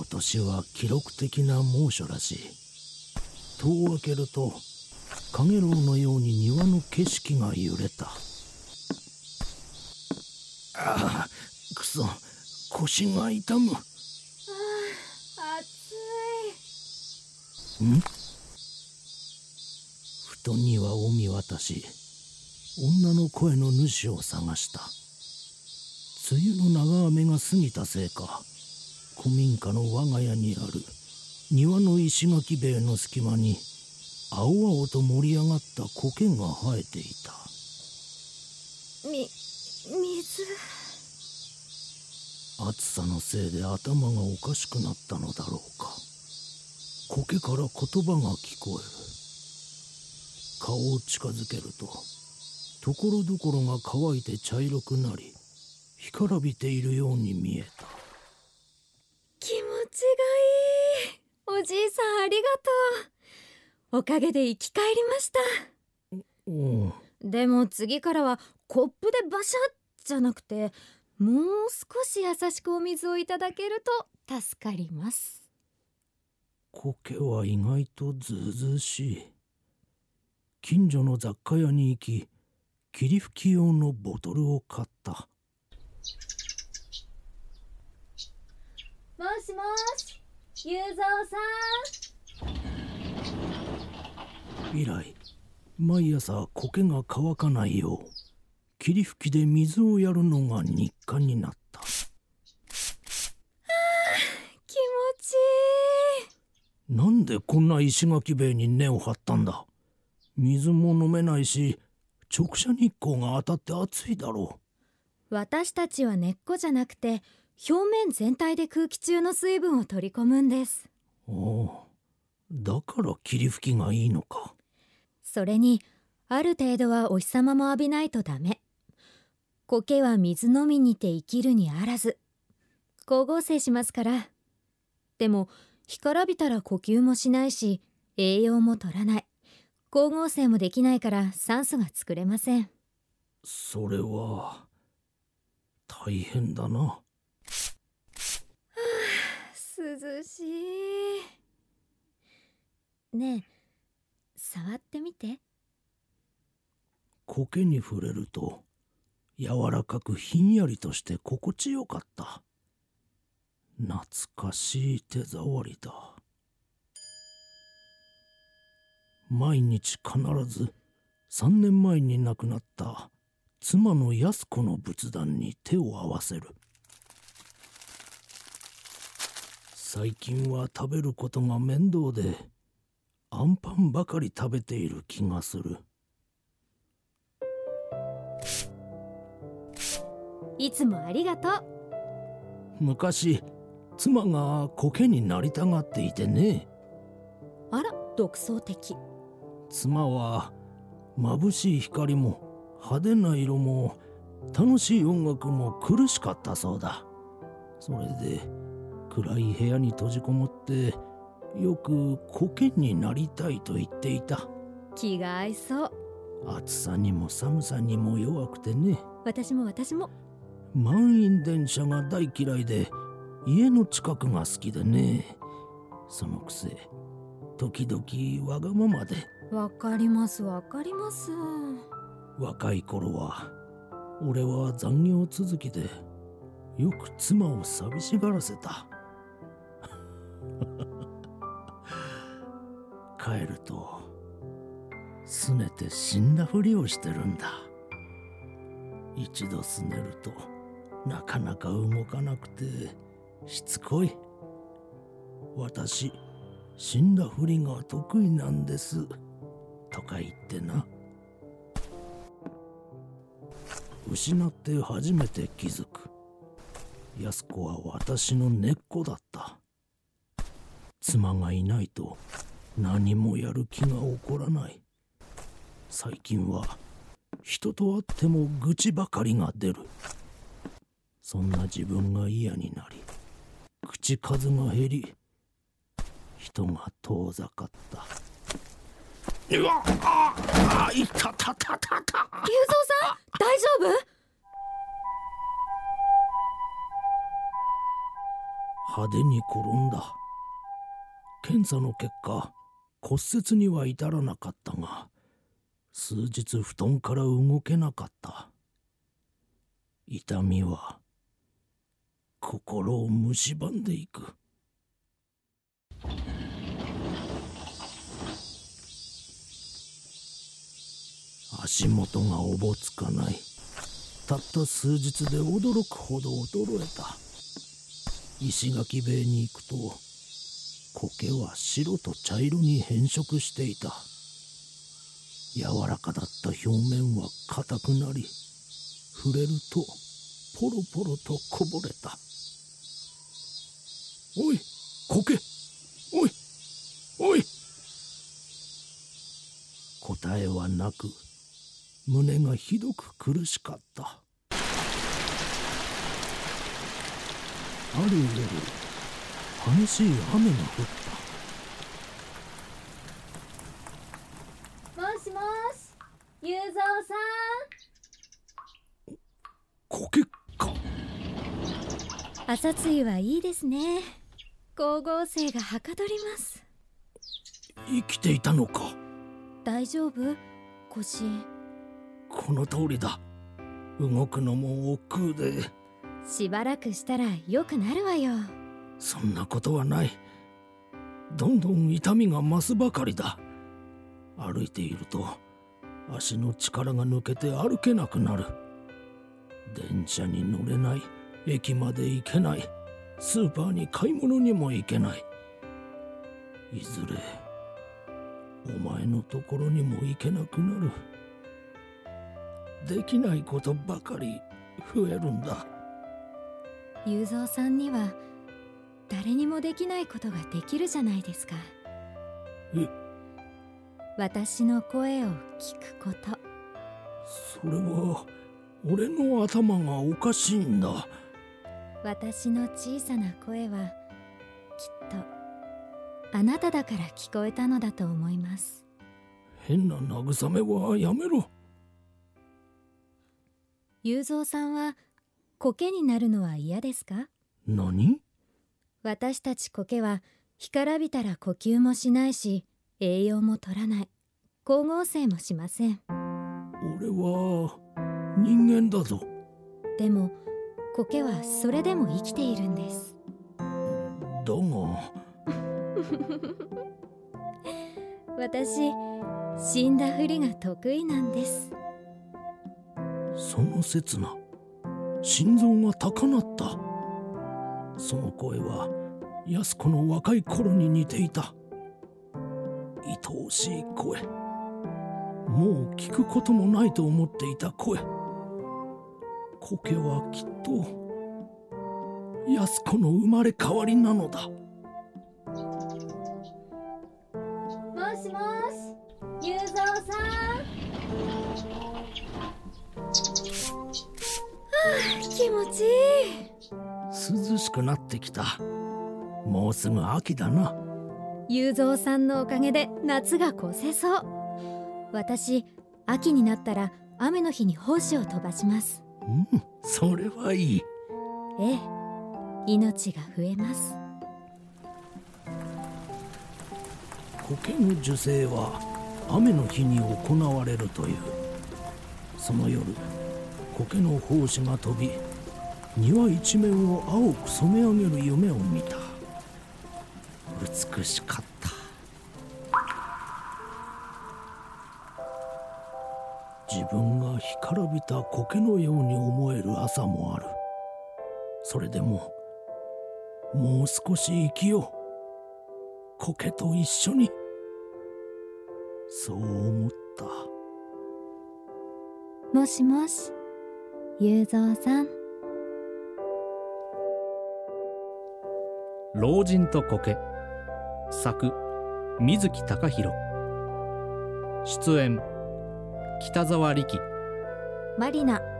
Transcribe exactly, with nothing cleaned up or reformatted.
今年は記録的な猛暑らしい。戸を開けるとかげろうのように庭の景色が揺れた。ああ、くそ、腰が痛む。ああ、暑い。ん？布団にはを見渡し、女の声の主を探した。梅雨の長雨が過ぎたせいか、古民家の我が家にある庭の石垣塀の隙間に青々と盛り上がった苔が生えていた。 み、水。 暑さのせいで頭がおかしくなったのだろうか。苔から言葉が聞こえる。顔を近づけると、ところどころが乾いて茶色くなり、干からびているように見えた。 気持ちがいい。おじいさんありがとう。おかげで生き返りました。 うん。 でも次からはコップでバシャッじゃなくて、もう少し優しくお水をいただけると助かります。 苔は意外とずうずうしい。近所の雑貨屋に行き、霧吹き用のボトルを買った。 もしもし、雄三さん。以来、毎朝苔が乾かないよう、霧吹きで水をやるのが日課になった。はあ、 気持ちいい。 なんでこんな石垣塀に根を張ったんだ。水も飲めないし、直射日光が当たって暑いだろう。私たちは根っこじゃなくて、表面全体で空気中の水分を取り込むんです。 おお、だから霧吹きがいいのか。 それに、ある程度はお日様も浴びないとダメ。苔は水のみにて生きるにあらず、光合成しますから。でも干からびたら呼吸もしないし、栄養も取らない、光合成もできないから酸素が作れません。 それは大変だな。はあ、涼しい。ねえ、触ってみて。 苔に触れると柔らかくひんやりとして心地よかった。懐かしい手触りだ。毎日必ずさんねんまえに亡くなった妻の安子の仏壇に手を合わせる。最近は食べることが面倒でアンパンばかり食べている気がする。 いつもありがとう。 昔妻が苔になりたがっていてね。 あら、独創的。 妻は眩しい光も派手な色も楽しい音楽も苦しかったそうだ。それで暗い部屋に閉じこもってよく苔になりたいと言っていた。 気が合いそう。 暑さにも寒さにも弱くてね。 私も私も。 満員電車が大嫌いで家の近くが好きでね。そのくせ時々わがままで。 わかりますわかります。 若い頃は俺は残業続きでよく妻を寂しがらせた。帰るとすねて死んだふりをしてるんだ。一度すねるとなかなか動かなくてしつこい。私死んだふりが得意なんですとか言ってな。失って初めて気づく。安子は私の根っこだった。妻がいないと何もやる気が起こらない。最近は人と会っても愚痴ばかりが出る。そんな自分が嫌になり、口数が減り、人が遠ざかった。うわああ、いたたたたた。雄三さん、 大丈夫？ 派手に転んだ。検査の結果、骨折には至らなかったが、数日布団から動けなかった。痛みは心を蝕んでいく。足元がおぼつかない。たった数日で驚くほど衰えた。石垣塀に行くと、苔は白と茶色に変色していた。柔らかだった表面は硬くなり、触れるとポロポロとこぼれた。おい、苔！おい、おい！答えはなく、胸がひどく苦しかった。ある夜、激しい雨が降った。 もしもし、雄三さん。苔か。 朝露はいいですね。光合成がはかどります。 生きていたのか。 大丈夫？腰。 この通りだ。動くのも億劫で。 しばらくしたら良くなるわよ。 そんなことはない。どんどん痛みが増すばかりだ。歩いていると足の力が抜けて歩けなくなる。電車に乗れない、駅まで行けない、スーパーに買い物にも行けない。いずれお前のところにも行けなくなる。できないことばかり増えるんだ。 雄三さんには誰にもできないことができるじゃないですか。 え？ 私の声を聞くこと。 それは俺の頭がおかしいんだ。 私の小さな声はきっとあなただから聞こえたのだと思います。 変な慰めはやめろ。 雄三さんは苔になるのは嫌ですか？ 何？ 私たち苔は干からびたら呼吸もしないし、栄養も取らない、光合成もしません。 俺は人間だぞ。 でも苔はそれでも生きているんです。 だが私、死んだふりが得意なんです。 その刹那、心臓が高鳴った。その声は安子の若い頃に似ていた。愛おしい声。もう聞くこともないと思っていた声。苔はきっと安子の生まれ変わりなのだ。 もしもし、雄三さん。はあ、気持ちいい。 涼しくなってきた。もうすぐ秋だな。 雄三さんのおかげで夏が越せそう。私、秋になったら雨の日に胞子を飛ばします。 うん、それはいい。 ええ、命が増えます。 苔の受精は雨の日に行われるという。その夜、苔の胞子が飛び、庭一面を青く染め上げる夢を見た。美しかった。自分が干からびた苔のように思える朝もある。それでももう少し生きよう、苔と一緒に。そう思った。 もしもし、雄三さん。 老人と苔、作水木貴弘、出演北沢力、 マリナ。